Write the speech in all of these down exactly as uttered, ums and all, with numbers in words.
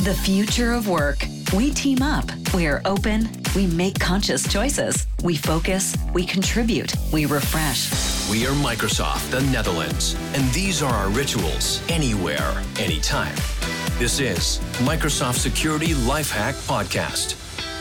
The future of work. We team up. We are open. We make conscious choices. We focus. We contribute. We refresh. We are Microsoft, the Netherlands. And these are our rituals. Anywhere, anytime. This is Microsoft Security Lifehack Podcast.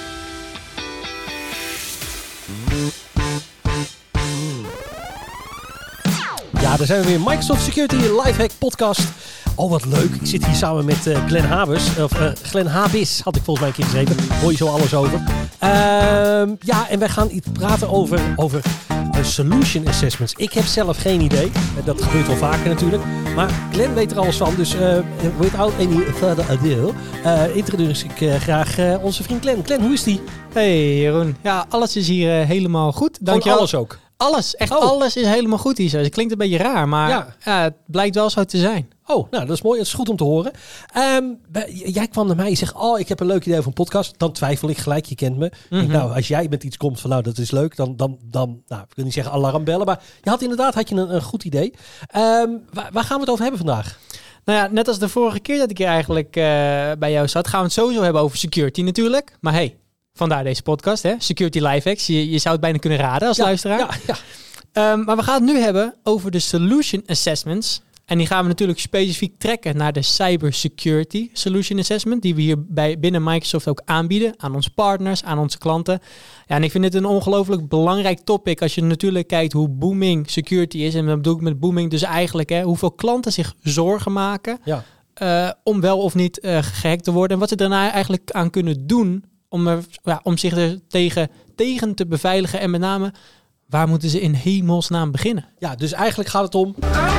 Ja, daar zijn we weer. Microsoft Security Lifehack Podcast. Oh, wat leuk. Ik zit hier samen met uh, Glenn Habers. Of uh, Glenn Habis had ik volgens mij een keer geschreven. Hoor je zo alles over. Uh, ja, en wij gaan iets praten over, over uh, solution assessments. Ik heb zelf geen idee. Dat gebeurt wel vaker natuurlijk. Maar Glenn weet er alles van. Dus uh, without any further ado, uh, introduceer ik uh, graag uh, onze vriend Glenn. Glenn, hoe is die? Hey Jeroen. Ja, alles is hier uh, helemaal goed. Dank je wel. Alles ook? Alles, echt oh. alles is helemaal goed hier. Het klinkt een beetje raar, maar ja. Ja, het blijkt wel zo te zijn. Oh, nou dat is mooi. Dat is goed om te horen. Um, jij kwam naar mij en zegt, oh, ik heb een leuk idee voor een podcast. Dan twijfel ik gelijk, je kent me. Mm-hmm. Nou, als jij met iets komt van, nou, dat is leuk, dan, dan, dan nou, ik wil niet zeggen alarmbellen, maar je had inderdaad had je een, een goed idee. Um, waar, waar gaan we het over hebben vandaag? Nou ja, net als de vorige keer dat ik hier eigenlijk uh, bij jou zat, gaan we het sowieso hebben over security natuurlijk. Maar hey, vandaar deze podcast, hè? Security Lifehacks. Je, je zou het bijna kunnen raden als ja, luisteraar. Ja, ja. Um, maar we gaan het nu hebben over de solution assessments. En die gaan we natuurlijk specifiek trekken naar de cybersecurity solution assessment, die we hier bij, binnen Microsoft ook aanbieden aan onze partners, aan onze klanten. Ja, en ik vind het een ongelooflijk belangrijk topic als je natuurlijk kijkt hoe booming security is. En dat bedoel ik met booming dus eigenlijk hè, hoeveel klanten zich zorgen maken ja. uh, om wel of niet uh, gehackt te worden. En wat ze daarna eigenlijk aan kunnen doen om, er, ja, om zich er tegen, tegen te beveiligen. En met name, waar moeten ze in hemelsnaam beginnen? Ja, dus eigenlijk gaat het om...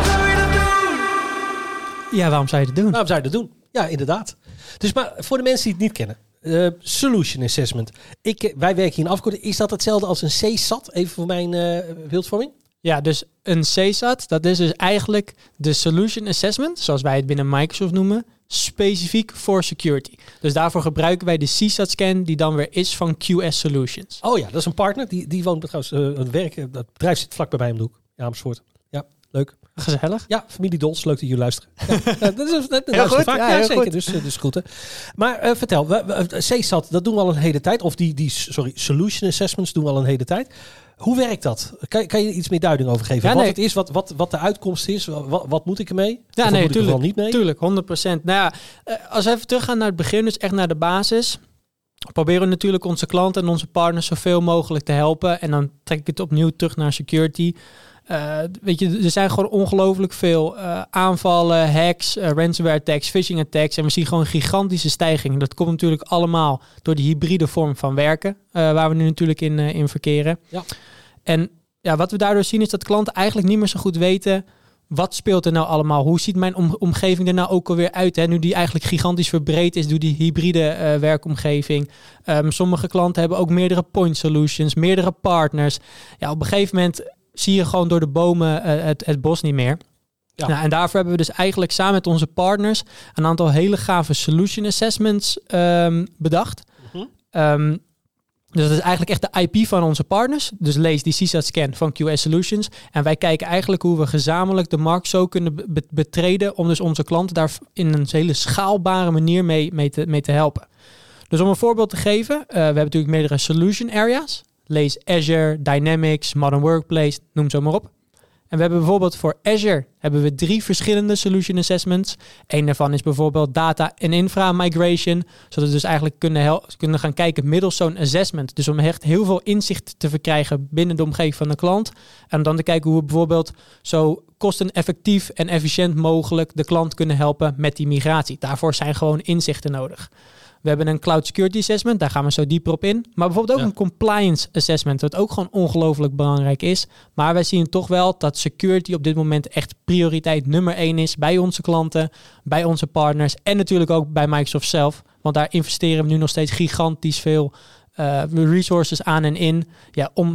Ja, waarom zou je dat doen? Waarom zou je dat doen? Ja, inderdaad. Dus maar voor de mensen die het niet kennen. Uh, solution assessment. Ik, wij werken hier in afkorting. Is dat hetzelfde als een C S A T? Even voor mijn uh, beeldvorming. Ja, dus een C S A T, dat is dus eigenlijk de solution assessment, zoals wij het binnen Microsoft noemen, specifiek voor security. Dus daarvoor gebruiken wij de C S A T-scan, die dan weer is van Q S Solutions. Oh ja, dat is een partner. Die, die woont trouwens, uh, het werk, dat bedrijf zit vlak bij mij om de hoek. Ja, Amersfoort. Ja, leuk. Gezellig. Ja, familie Dols, leuk dat jullie luisteren. Ja, dat is, dat, dat heel goed. Vaak. Ja, ja, heel zeker. goed. Dus, dus goed. Hè. Maar uh, vertel, we, we, C S A T, dat doen we al een hele tijd. Of die, die sorry, solution assessments doen we al een hele tijd. Hoe werkt dat? Kan, kan je iets meer duiding over geven? Ja, wat nee. het is, wat, wat, wat de uitkomst is? Wat, wat moet ik ermee? Ja, of nee, moet tuurlijk, ik er niet mee? Tuurlijk, honderd procent. Nou ja, als we even teruggaan naar het begin, dus echt naar de basis, proberen we natuurlijk onze klanten en onze partners zoveel mogelijk te helpen. En dan trek ik het opnieuw terug naar security. Uh, weet je, er zijn gewoon ongelooflijk veel uh, aanvallen, hacks, uh, ransomware attacks, phishing attacks. En we zien gewoon een gigantische stijging. Dat komt natuurlijk allemaal door die hybride vorm van werken, uh, waar we nu natuurlijk in, uh, in verkeren. Ja. En ja, wat we daardoor zien is dat klanten eigenlijk niet meer zo goed weten, wat speelt er nou allemaal? Hoe ziet mijn om- omgeving er nou ook alweer uit? Hè? Nu die eigenlijk gigantisch verbreed is door die hybride uh, werkomgeving. Um, sommige klanten hebben ook meerdere point solutions, meerdere partners. Ja, op een gegeven moment zie je gewoon door de bomen uh, het, het bos niet meer. Ja. Nou, en daarvoor hebben we dus eigenlijk samen met onze partners een aantal hele gave solution assessments um, bedacht. Mm-hmm. Um, dus dat is eigenlijk echt de I P van onze partners. Dus lees die C S A T-scan van Q S Solutions. En wij kijken eigenlijk hoe we gezamenlijk de markt zo kunnen be- betreden om dus onze klanten daar in een hele schaalbare manier mee, mee, te, mee te helpen. Dus om een voorbeeld te geven, uh, we hebben natuurlijk meerdere solution areas. Lees Azure, Dynamics, Modern Workplace, noem zo maar op. En we hebben bijvoorbeeld voor Azure hebben we drie verschillende solution assessments. Eén daarvan is bijvoorbeeld data en infra migration. Zodat we dus eigenlijk kunnen, hel- kunnen gaan kijken middels zo'n assessment. Dus om echt heel veel inzicht te verkrijgen binnen de omgeving van de klant. En dan te kijken hoe we bijvoorbeeld zo kosteneffectief en efficiënt mogelijk de klant kunnen helpen met die migratie. Daarvoor zijn gewoon inzichten nodig. We hebben een cloud security assessment, daar gaan we zo dieper op in. Maar bijvoorbeeld ook ja. een compliance assessment, wat ook gewoon ongelooflijk belangrijk is. Maar wij zien toch wel dat security op dit moment echt prioriteit nummer één is bij onze klanten, bij onze partners en natuurlijk ook bij Microsoft zelf. Want daar investeren we nu nog steeds gigantisch veel uh, resources aan en in, ja, om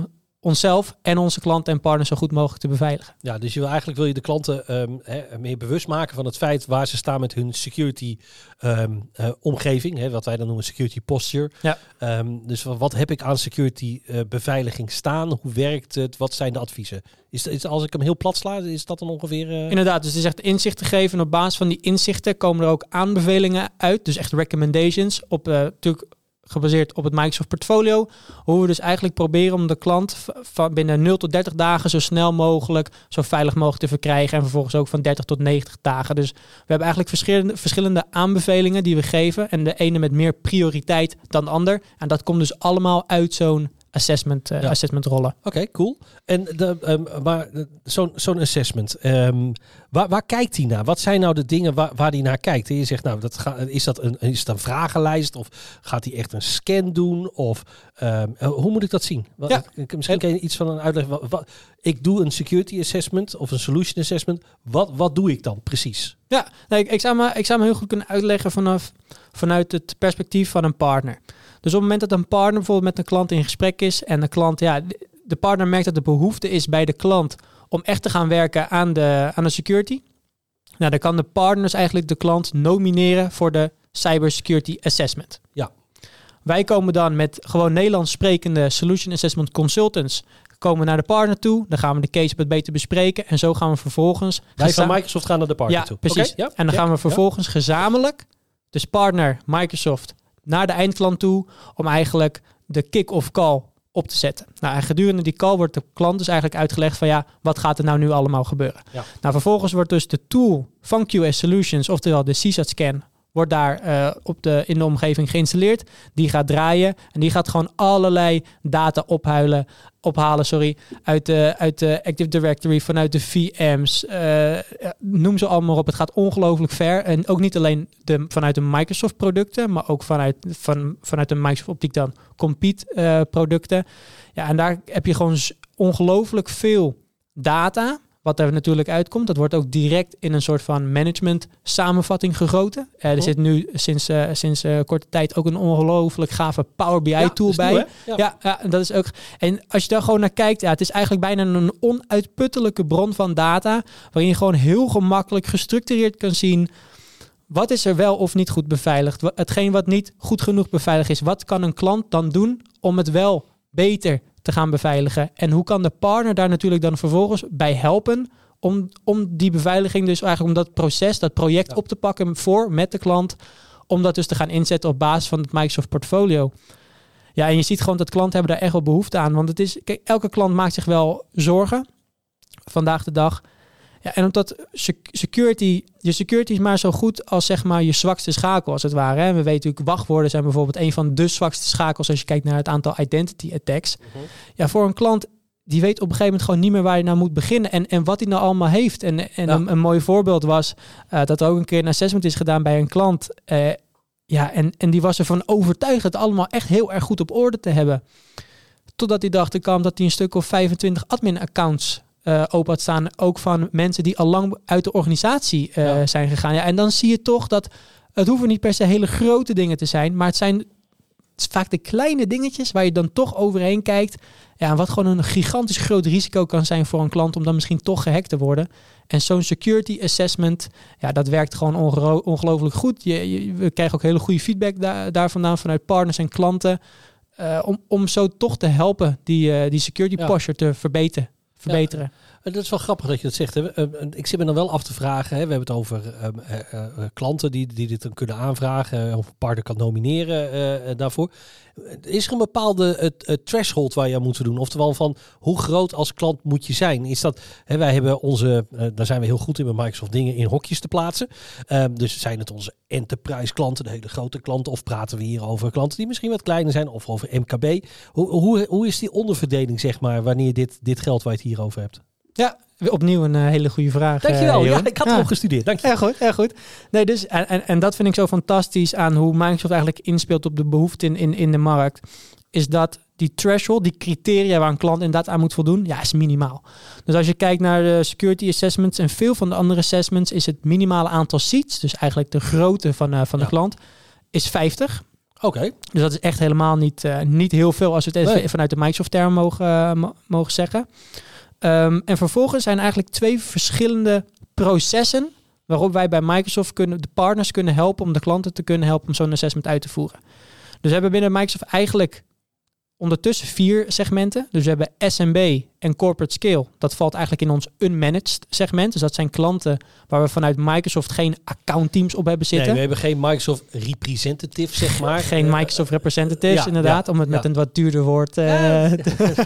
onszelf en onze klanten en partners zo goed mogelijk te beveiligen. Ja, dus je wil, eigenlijk wil je de klanten um, he, meer bewust maken van het feit waar ze staan met hun security um, uh, omgeving, hè, wat wij dan noemen security posture. Ja. Um, dus wat heb ik aan security uh, beveiliging staan? Hoe werkt het? Wat zijn de adviezen? Is, is als ik hem heel plat sla, is dat dan ongeveer... Uh... Inderdaad, dus het is echt inzicht te geven. En op basis van die inzichten komen er ook aanbevelingen uit. Dus echt recommendations op uh, natuurlijk gebaseerd op het Microsoft portfolio. Hoe we dus eigenlijk proberen om de klant van binnen nul tot dertig dagen zo snel mogelijk, zo veilig mogelijk te verkrijgen. En vervolgens ook van dertig tot negentig dagen. Dus we hebben eigenlijk verschillende, verschillende aanbevelingen die we geven. En de ene met meer prioriteit dan de ander. En dat komt dus allemaal uit zo'n assessment, uh, ja. assessment rollen. Oké, okay, cool. En de, um, maar zo'n zo'n assessment, um, waar, waar kijkt hij naar? Wat zijn nou de dingen waar, waar hij naar kijkt? En je zegt, nou, dat ga, is, dat een, is het een vragenlijst? Of gaat hij echt een scan doen? Of um, hoe moet ik dat zien? Wat, Ja. Misschien kan je iets van een uitleg. Wat, wat, ik doe een security assessment of een solution assessment. Wat, wat doe ik dan precies? Ja, nee, ik, ik, zou me, ik zou me heel goed kunnen uitleggen vanaf, vanuit het perspectief van een partner. Dus op het moment dat een partner bijvoorbeeld met een klant in gesprek is en de klant, ja, de partner merkt dat de behoefte is bij de klant om echt te gaan werken aan de, aan de security. Nou, dan kan de partners eigenlijk de klant nomineren voor de Cybersecurity Assessment. Ja. Wij komen dan met gewoon Nederlands sprekende Solution Assessment Consultants komen naar de partner toe. Dan gaan we de case wat beter bespreken. En zo gaan we vervolgens... Wij geza- van Microsoft gaan naar de partner ja, toe. Precies. Okay, ja, en dan ja, gaan we vervolgens ja. gezamenlijk, dus partner Microsoft, naar de eindklant toe om eigenlijk de kick-off call op te zetten. Nou, en gedurende die call wordt de klant dus eigenlijk uitgelegd van ja, wat gaat er nou nu allemaal gebeuren? Ja. Nou, vervolgens wordt dus de tool van Q S Solutions, oftewel de C S A T-scan, wordt daar uh, op de, in de omgeving geïnstalleerd. Die gaat draaien en die gaat gewoon allerlei data ophuilen, ophalen sorry, uit de, uit de Active Directory, vanuit de V M's. Uh, noem ze allemaal op. Het gaat ongelooflijk ver. En ook niet alleen de, vanuit de Microsoft producten, maar ook vanuit, van, vanuit de Microsoft Optiek dan Compete uh, producten. Ja, en daar heb je gewoon ongelooflijk veel data. Wat er natuurlijk uitkomt, dat wordt ook direct in een soort van management samenvatting gegoten. Uh, er oh. zit nu sinds, uh, sinds uh, korte tijd ook een ongelooflijk gave Power B I ja, tool bij. Nieuw, ja. Ja, ja, dat is ook. En als je daar gewoon naar kijkt, ja, het is eigenlijk bijna een onuitputtelijke bron van data, waarin je gewoon heel gemakkelijk gestructureerd kan zien wat is er wel of niet goed beveiligd. Hetgeen wat niet goed genoeg beveiligd is, wat kan een klant dan doen om het wel beter te gaan beveiligen. En hoe kan de partner daar natuurlijk dan vervolgens bij helpen om, om die beveiliging, dus eigenlijk om dat proces, dat project ja. op te pakken voor met de klant, om dat dus te gaan inzetten op basis van het Microsoft portfolio. Ja, en je ziet gewoon dat klanten hebben daar echt wel behoefte aan, want het is, kijk, elke klant maakt zich wel zorgen vandaag de dag. Ja, en omdat security, je security is maar zo goed als zeg maar je zwakste schakel als het ware. Hè. We weten natuurlijk, wachtwoorden zijn bijvoorbeeld een van de zwakste schakels als je kijkt naar het aantal identity attacks. Uh-huh. Ja, voor een klant die weet op een gegeven moment gewoon niet meer waar je nou moet beginnen en, en wat hij nou allemaal heeft. En, en ja. een, een mooi voorbeeld was uh, dat er ook een keer een assessment is gedaan bij een klant. Uh, ja, en, en die was ervan overtuigd het allemaal echt heel erg goed op orde te hebben. Totdat hij dacht, kwam dat hij een stuk of vijfentwintig admin accounts Uh, open had staan, ook van mensen die al lang uit de organisatie uh, ja. zijn gegaan. Ja, en dan zie je toch dat het hoeven niet per se hele grote dingen te zijn, maar het zijn het is vaak de kleine dingetjes waar je dan toch overheen kijkt. Ja, en wat gewoon een gigantisch groot risico kan zijn voor een klant om dan misschien toch gehackt te worden. En zo'n security assessment, ja, dat werkt gewoon ongero- ongelooflijk goed. Je, je, we krijgen ook hele goede feedback da- daar vandaan vanuit partners en klanten. Uh, om, om zo toch te helpen die, uh, die security ja. posture te verbeteren. verbeteren. Ja, dat is wel grappig dat je dat zegt. Hè. Ik zit me dan wel af te vragen. Hè. We hebben het over um, uh, uh, klanten die, die dit dan kunnen aanvragen. Uh, of een partner kan nomineren uh, daarvoor. Is er een bepaalde uh, uh, threshold waar je aan moet doen? Oftewel van hoe groot als klant moet je zijn? Is dat, hè, wij hebben onze, uh, daar zijn we heel goed in bij Microsoft, dingen in hokjes te plaatsen. Um, dus zijn het onze enterprise klanten, de hele grote klanten? Of praten we hier over klanten die misschien wat kleiner zijn? Of over M K B? Hoe, hoe, hoe is die onderverdeling, zeg maar, wanneer dit, dit geld waar je het hier over hebt? Ja, opnieuw een uh, hele goede vraag. Dankjewel. Uh, ja, ik had ja. erop gestudeerd. Dank je. Erg goed, erg goed. Nee, dus, en, en, en dat vind ik zo fantastisch aan hoe Microsoft eigenlijk inspeelt op de behoefte in, in, in de markt. Is dat die threshold, die criteria waar een klant inderdaad aan moet voldoen, ja, is minimaal. Dus als je kijkt naar de security assessments en veel van de andere assessments, is het minimale aantal seats, dus eigenlijk de grootte van, uh, van ja. de klant, is vijftig. Oké. Okay. Dus dat is echt helemaal niet, uh, niet heel veel als we het even nee. vanuit de Microsoft-term mogen, uh, mo- mogen zeggen. Um, en vervolgens zijn eigenlijk twee verschillende processen waarop wij bij Microsoft kunnen, de partners kunnen helpen om de klanten te kunnen helpen om zo'n assessment uit te voeren. Dus we hebben binnen Microsoft eigenlijk ondertussen vier segmenten. Dus we hebben S M B en Corporate Scale. Dat valt eigenlijk in ons unmanaged segment. Dus dat zijn klanten waar we vanuit Microsoft geen accountteams op hebben zitten. Nee, we hebben geen Microsoft representative, zeg maar. Geen Microsoft representatives, ja, inderdaad. Ja, om het met ja. een wat duurder woord... Uh, ja.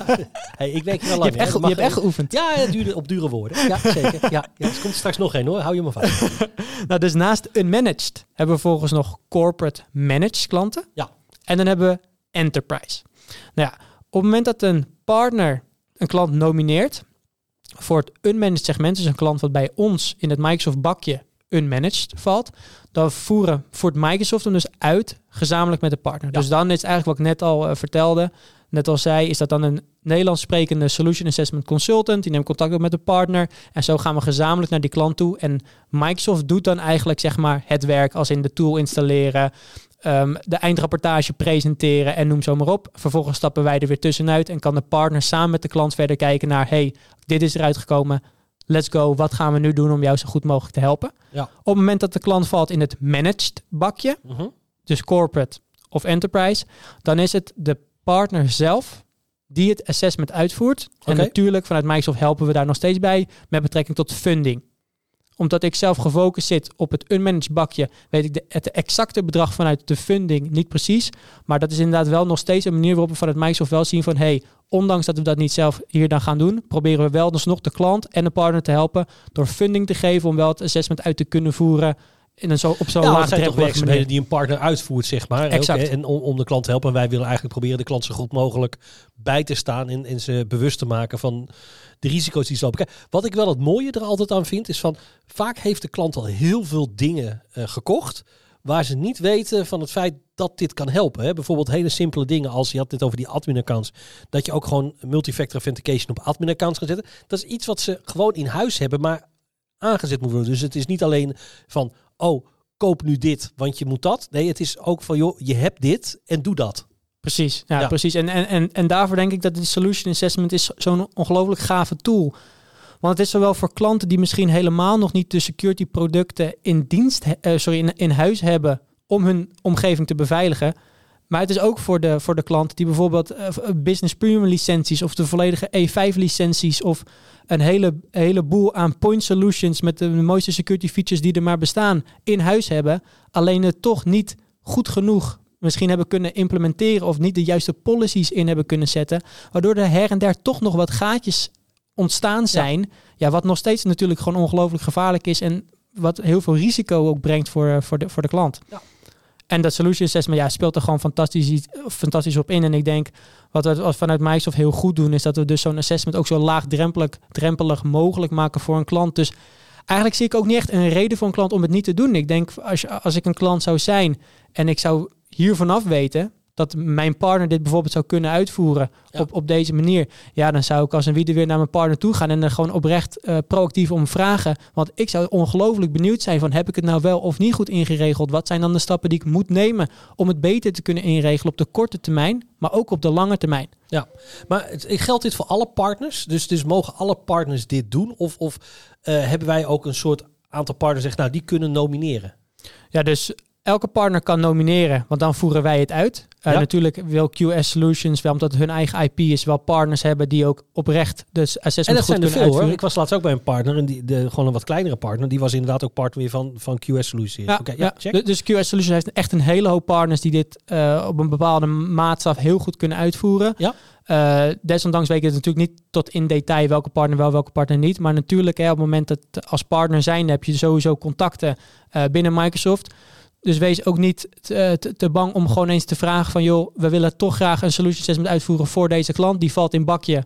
hey, ik weet wel lang. Je hebt echt, je hebt echt geoefend. Ja, ja duurde, op dure woorden. Ja, zeker. Ja, ja, er komt straks nog één hoor. Hou je maar vast. Nou, dus naast unmanaged hebben we volgens nog corporate managed klanten. Ja. En dan hebben we enterprise. Nou ja, op het moment dat een partner een klant nomineert voor het unmanaged segment, dus een klant wat bij ons in het Microsoft bakje unmanaged valt, dan voeren voert Microsoft hem dus uit gezamenlijk met de partner. Ja. Dus dan is het eigenlijk wat ik net al uh, vertelde, net al zei, is dat dan een Nederlands sprekende solution assessment consultant, die neemt contact op met de partner en zo gaan we gezamenlijk naar die klant toe en Microsoft doet dan eigenlijk zeg maar het werk als in de tool installeren, Um, de eindrapportage presenteren en noem zo maar op. Vervolgens stappen wij er weer tussenuit en kan de partner samen met de klant verder kijken naar, hey, dit is eruit gekomen, let's go, wat gaan we nu doen om jou zo goed mogelijk te helpen? Ja. Op het moment dat de klant valt in het managed bakje, uh-huh. dus corporate of enterprise, dan is het de partner zelf die het assessment uitvoert. Okay. En natuurlijk vanuit Microsoft helpen we daar nog steeds bij met betrekking tot funding. Omdat ik zelf gefocust zit op het unmanaged bakje, weet ik de, het exacte bedrag vanuit de funding niet precies. Maar dat is inderdaad wel nog steeds een manier waarop we vanuit Microsoft wel zien van, hey, ondanks dat we dat niet zelf hier dan gaan doen, proberen we wel dus nog de klant en de partner te helpen door funding te geven om wel het assessment uit te kunnen voeren in een zo, op zo'n ja, laagdrempelige werkzaamheden manier die een partner uitvoert, zeg maar. Exact. Ook, en om, om de klant te helpen. En wij willen eigenlijk proberen de klant zo goed mogelijk bij te staan en, en ze bewust te maken van de risico's die ze lopen. Kijk, wat ik wel het mooie er altijd aan vind, is van vaak heeft de klant al heel veel dingen uh, gekocht waar ze niet weten van het feit dat dit kan helpen. Hè? Bijvoorbeeld hele simpele dingen als, je had het over die admin-accounts, dat je ook gewoon multifactor authentication op admin-accounts kan zetten. Dat is iets wat ze gewoon in huis hebben, maar aangezet moet worden. Dus het is niet alleen van, oh, koop nu dit, want je moet dat. Nee, het is ook van, joh, je hebt dit en doe dat. Precies, ja, ja. precies. En, en, en, en daarvoor denk ik dat de solution assessment is zo'n ongelooflijk gave tool. Want het is zowel voor klanten die misschien helemaal nog niet de security producten in dienst, uh, sorry, in, in huis hebben om hun omgeving te beveiligen. Maar het is ook voor de, voor de klant die bijvoorbeeld uh, business premium licenties of de volledige E vijf licenties of een hele, hele boel aan point solutions met de mooiste security features die er maar bestaan in huis hebben. Alleen het toch niet goed genoeg misschien hebben kunnen implementeren of niet de juiste policies in hebben kunnen zetten. Waardoor er her en der toch nog wat gaatjes ontstaan zijn. Ja, ja wat nog steeds natuurlijk gewoon ongelooflijk gevaarlijk is en wat heel veel risico ook brengt voor, voor, de, voor de klant. Ja. En dat solution assessment ja, speelt er gewoon fantastisch, fantastisch op in. En ik denk, wat we vanuit Microsoft heel goed doen, is dat we dus zo'n assessment ook zo laagdrempelig drempelig mogelijk maken voor een klant. Dus eigenlijk zie ik ook niet echt een reden voor een klant om het niet te doen. Ik denk, als, je, als ik een klant zou zijn en ik zou hier vanaf weten dat mijn partner dit bijvoorbeeld zou kunnen uitvoeren ja. op, op deze manier. Ja, dan zou ik als een wie er weer naar mijn partner toe gaan en er gewoon oprecht uh, proactief om vragen. Want ik zou ongelooflijk benieuwd zijn van, heb ik het nou wel of niet goed ingeregeld? Wat zijn dan de stappen die ik moet nemen om het beter te kunnen inregelen op de korte termijn, maar ook op de lange termijn? Ja, maar het, geldt dit voor alle partners? Dus, dus mogen alle partners dit doen? Of, of uh, hebben wij ook een soort aantal partners zeggen, nou, die kunnen nomineren? Ja, dus elke partner kan nomineren, want dan voeren wij het uit. Uh, ja. Natuurlijk wil Q S Solutions, wel omdat hun eigen I P is, wel partners hebben die ook oprecht dus assessment en dat goed zijn er kunnen veel, hoor. uitvoeren. Ik was laatst ook bij een partner, en die, de, gewoon een wat kleinere partner, die was inderdaad ook partner weer van, van Q S Solutions. Ja, okay, ja, ja, check. Dus Q S Solutions heeft echt een hele hoop partners die dit uh, op een bepaalde maatstaf heel goed kunnen uitvoeren. Ja. Uh, desondanks weet ik het natuurlijk niet tot in detail welke partner wel, welke partner niet. Maar natuurlijk, hè, op het moment dat als partner zijn, heb je sowieso contacten uh, binnen Microsoft. Dus wees ook niet te, te, te bang om gewoon eens te vragen van, joh, we willen toch graag een solution assessment uitvoeren voor deze klant. Die valt in bakje,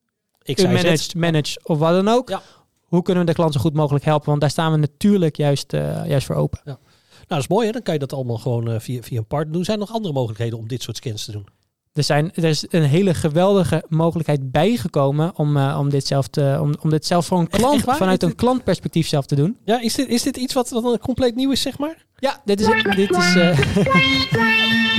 unmanaged, managed of wat dan ook. Ja. Hoe kunnen we de klant zo goed mogelijk helpen? Want daar staan we natuurlijk juist, uh, juist voor open. Ja. Nou, dat is mooi, hè? Dan kan je dat allemaal gewoon uh, via, via een partner doen. Zijn er nog andere mogelijkheden om dit soort scans te doen? Er, zijn, er is een hele geweldige mogelijkheid bijgekomen om, uh, om, dit zelf te, om, om dit zelf voor een klant, echt, echt vanuit een klantperspectief zelf te doen. Ja, is dit, is dit iets wat, wat compleet nieuw is, zeg maar? Ja, dit is... Dit is uh...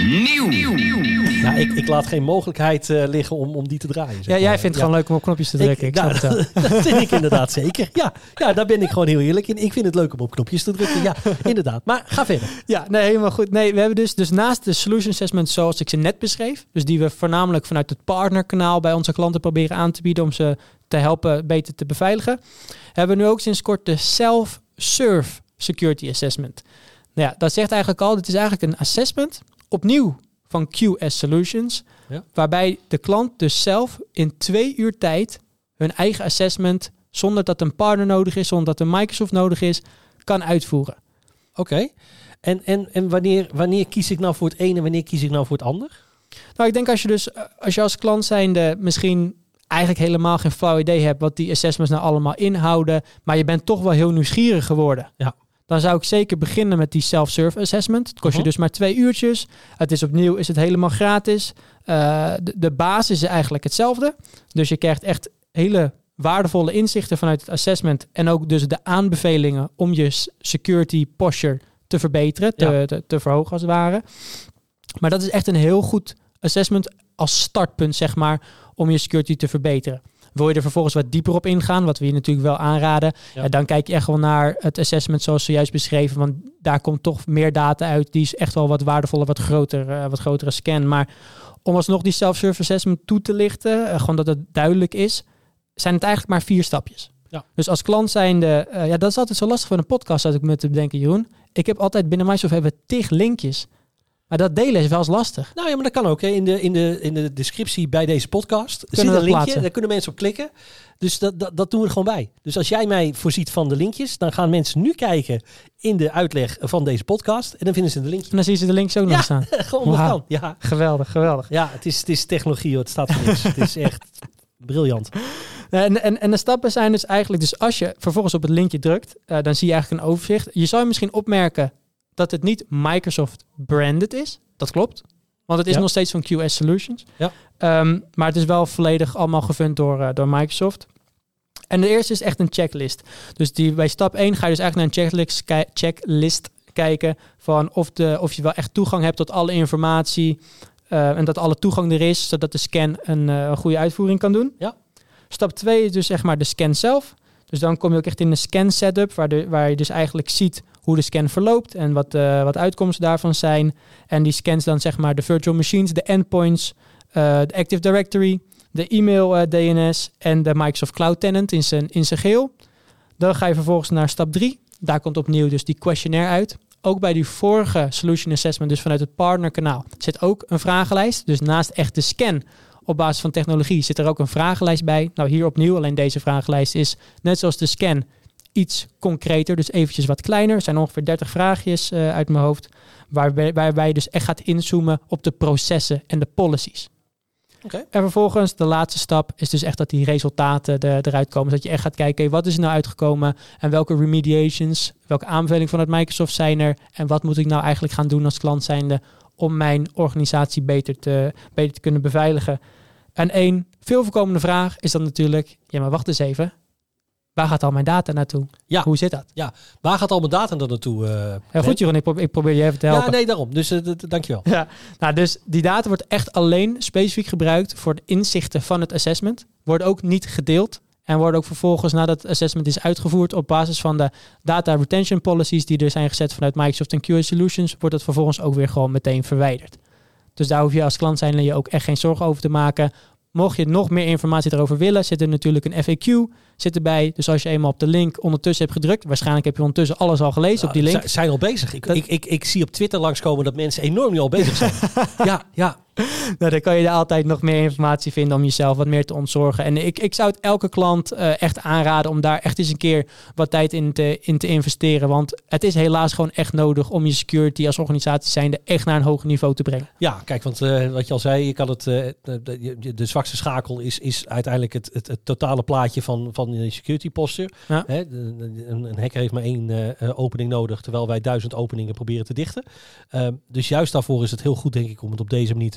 Nieuw. Ja, ik, ik laat geen mogelijkheid uh, liggen om, om die te draaien. Zeg ja, jij maar. vindt het ja. gewoon leuk om op knopjes te drukken. Ik, Ik, ik nou, snap het wel. dat vind ik inderdaad zeker. Ja, ja, daar ben ik gewoon heel eerlijk in. Ik vind het leuk om op knopjes te drukken. Ja, inderdaad. Maar ga verder. Ja, nee, helemaal goed. Nee, we hebben dus, dus naast de solution assessment zoals ik ze net beschreef, dus die we voornamelijk vanuit het partnerkanaal bij onze klanten proberen aan te bieden om ze te helpen beter te beveiligen, hebben we nu ook sinds kort de self-serve security assessment. Nou ja, dat zegt eigenlijk al, dit is eigenlijk een assessment, opnieuw van Q S Solutions, Ja. waarbij de klant dus zelf in twee uur tijd hun eigen assessment, zonder dat een partner nodig is, zonder dat een Microsoft nodig is, kan uitvoeren. Oké. Okay. En, en, en wanneer, wanneer kies ik nou voor het ene en wanneer kies ik nou voor het ander? Nou, ik denk als je dus als je als klant zijnde misschien eigenlijk helemaal geen flauw idee hebt wat die assessments nou allemaal inhouden, maar je bent toch wel heel nieuwsgierig geworden. Ja. Dan zou ik zeker beginnen met die self-serve assessment. Het kost Uh-huh. je dus maar twee uurtjes. Het is opnieuw, is het helemaal gratis. Uh, de, de basis is eigenlijk hetzelfde. Dus je krijgt echt hele waardevolle inzichten vanuit het assessment en ook dus de aanbevelingen om je security posture te verbeteren, te, Ja. te, te verhogen als het ware. Maar dat is echt een heel goed assessment als startpunt, zeg maar, om je security te verbeteren. Wil je er vervolgens wat dieper op ingaan, wat we je natuurlijk wel aanraden, Ja. ja, dan kijk je echt wel naar het assessment zoals zojuist beschreven, want daar komt toch meer data uit. Die is echt wel wat waardevoller, wat groter, uh, wat grotere scan. Maar om alsnog die self-serve assessment toe te lichten, uh, gewoon dat het duidelijk is, zijn het eigenlijk maar vier stapjes. Ja. Dus als klant zijnde, uh, ja, dat is altijd zo lastig van een podcast, had ik me te bedenken, Jeroen. Ik heb altijd binnen Microsoft hebben we tig linkjes. Maar dat delen is wel eens lastig. Nou ja, maar dat kan ook. Hè. In, de, in, de, in de descriptie bij deze podcast zit we een dat linkje. plaatsen. Daar kunnen mensen op klikken. Dus dat, dat, dat doen we er gewoon bij. Dus als jij mij voorziet van de linkjes, dan gaan mensen nu kijken in de uitleg van deze podcast. En dan vinden ze de linkje. En dan zien ze de links ook nog Ja, staan. gewoon dat Wauw. kan. Ja, Geweldig, geweldig. ja het, is, het is technologie hoor. Het staat voor niks. Het is echt briljant. En, en, en de stappen zijn dus eigenlijk, dus als je vervolgens op het linkje drukt, uh, dan zie je eigenlijk een overzicht. Je zou misschien opmerken dat het niet Microsoft branded is. Dat klopt. Want het is Ja. nog steeds van Q S Solutions. Ja. Um, maar het is wel volledig allemaal gevund door, uh, door Microsoft. En de eerste is echt een checklist. Dus die, bij stap één ga je dus eigenlijk naar een checklist, ki- checklist kijken van of, de, of je wel echt toegang hebt tot alle informatie. Uh, en dat alle toegang er is, zodat de scan een, uh, een goede uitvoering kan doen. Ja. Stap twee is dus zeg maar de scan zelf. Dus dan kom je ook echt in de scan setup, waar, de, waar je dus eigenlijk ziet hoe de scan verloopt en wat, uh, wat uitkomsten daarvan zijn. En die scans dan zeg maar de virtual machines, de endpoints, uh, de Active Directory, de e-mail uh, D N S en de Microsoft Cloud Tenant in zijn, in zijn geheel. Dan ga je vervolgens naar stap drie. Daar komt opnieuw dus die questionnaire uit. Ook bij die vorige solution assessment, dus vanuit het partnerkanaal, zit ook een vragenlijst. Dus naast echt de scan op basis van technologie zit er ook een vragenlijst bij. Nou, hier opnieuw, alleen deze vragenlijst is net zoals de scan iets concreter, dus eventjes wat kleiner. Er zijn ongeveer dertig vraagjes uh, uit mijn hoofd, waarbij, waarbij je dus echt gaat inzoomen op de processen en de policies. Okay. En vervolgens, de laatste stap is dus echt dat die resultaten de, eruit komen. Dat je echt gaat kijken, wat is er nou uitgekomen en welke remediations, welke aanbevelingen vanuit Microsoft zijn er en wat moet ik nou eigenlijk gaan doen als klant zijnde om mijn organisatie beter te, beter te kunnen beveiligen. En één veel voorkomende vraag is dan natuurlijk, ja maar wacht eens even, waar gaat al mijn data naartoe? Ja. Hoe zit dat? Ja, waar gaat al mijn data dan naartoe? Uh, Heel goed, Jeroen, ik probeer, ik probeer je even te helpen. Ja, nee, daarom. Dus uh, d- d- dankjewel. Ja, nou, dus die data wordt echt alleen specifiek gebruikt voor de inzichten van het assessment. Wordt ook niet gedeeld en wordt ook vervolgens nadat het assessment is uitgevoerd op basis van de data retention policies die er zijn gezet vanuit Microsoft en Q S Solutions, wordt het vervolgens ook weer gewoon meteen verwijderd. Dus daar hoef je als klant zijn je ook echt geen zorgen over te maken. Mocht je nog meer informatie erover willen, zit er natuurlijk een F A Q zit erbij. Dus als je eenmaal op de link ondertussen hebt gedrukt, waarschijnlijk heb je ondertussen alles al gelezen Nou, op die link. Ze zijn al bezig. Ik, Dat- ik, ik, ik zie op Twitter langskomen dat mensen enorm nu al bezig zijn. ja, ja. Nou, dan kan je daar altijd nog meer informatie vinden om jezelf wat meer te ontzorgen. En ik, ik zou het elke klant uh, echt aanraden om daar echt eens een keer wat tijd in te, in te investeren. Want het is helaas gewoon echt nodig om je security als organisatie zijnde echt naar een hoger niveau te brengen. Ja, kijk, want uh, wat je al zei, je kan het, uh, de, de, de zwakste schakel is, is uiteindelijk het, het, het totale plaatje van, van je security posture. Ja. Hè, de, de, een, een hacker heeft maar één uh, opening nodig, terwijl wij duizend openingen proberen te dichten. Uh, dus juist daarvoor is het heel goed, denk ik, om het op deze manier te doen.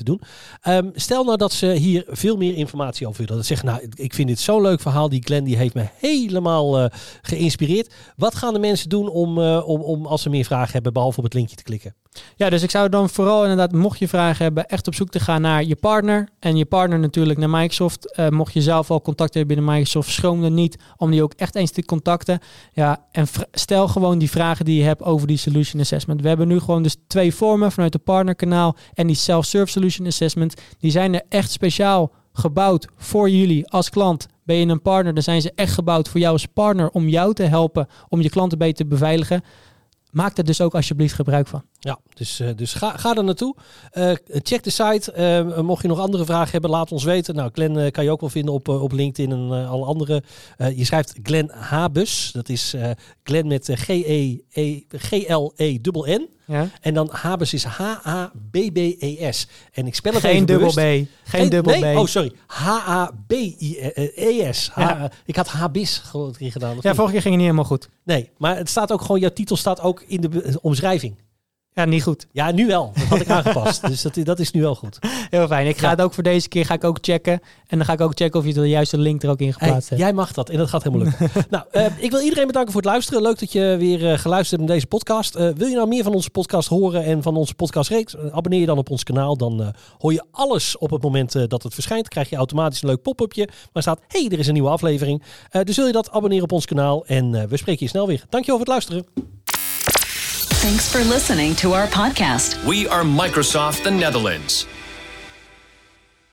doen. Um, stel nou dat ze hier veel meer informatie over willen. Dat ze zeggen, nou, ik vind dit zo'n leuk verhaal. Die Glenn die heeft me helemaal uh, geïnspireerd. Wat gaan de mensen doen om, uh, om, om als ze meer vragen hebben, behalve op het linkje te klikken? Ja, dus ik zou dan vooral inderdaad, mocht je vragen hebben, echt op zoek te gaan naar je partner. En je partner natuurlijk naar Microsoft. Uh, mocht je zelf al contact hebben binnen Microsoft, schroom er niet om die ook echt eens te contacten. Ja, en v- stel gewoon die vragen die je hebt over die Solution Assessment. We hebben nu gewoon dus twee vormen vanuit de partnerkanaal en die Self-Serve Solution Assessment. Die zijn er echt speciaal gebouwd voor jullie als klant. Ben je een partner, dan zijn ze echt gebouwd voor jou als partner om jou te helpen om je klanten beter te beveiligen. Maak er dus ook alsjeblieft gebruik van. Ja, dus, uh, dus ga, ga er naartoe. Uh, check de site. Uh, mocht je nog andere vragen hebben, laat ons weten. Nou, Glenn uh, kan je ook wel vinden op, uh, op LinkedIn en uh, alle andere. Uh, je schrijft Glenn Habus. Dat is uh, Glenn met uh, G L E N N. Ja? En dan Habus is H A B B E S. En ik spel het Geen even dubbel B. bewust. Geen, Geen dubbel nee? B. Oh, sorry. H A B I E S. H- Ja. Ik had Habis gedaan. Ja, vorige keer ging het niet helemaal goed. Nee, maar het staat ook gewoon, jouw titel staat ook in de be- omschrijving. Ja, niet goed. Ja, nu wel. Dat had ik aangepast. Dus dat, dat is nu wel goed. Heel fijn. Ik ga Ja. het ook voor deze keer ga ik ook checken. En dan ga ik ook checken of je de juiste link er ook in Hey, geplaatst hebt. jij mag dat en dat gaat helemaal lukken. nou, uh, ik wil iedereen bedanken voor het luisteren. Leuk dat je weer uh, geluisterd hebt naar deze podcast. Uh, wil je nou meer van onze podcast horen en van onze podcastreeks? Uh, abonneer je dan op ons kanaal. Dan uh, hoor je alles op het moment uh, dat het verschijnt. Krijg je automatisch een leuk pop-upje. Waar staat, hey, er is een nieuwe aflevering. Uh, dus wil je dat, abonneren op ons kanaal. En uh, we spreken je snel weer. Dankjewel voor het luisteren. Thanks for listening to our podcast. We are Microsoft the Netherlands.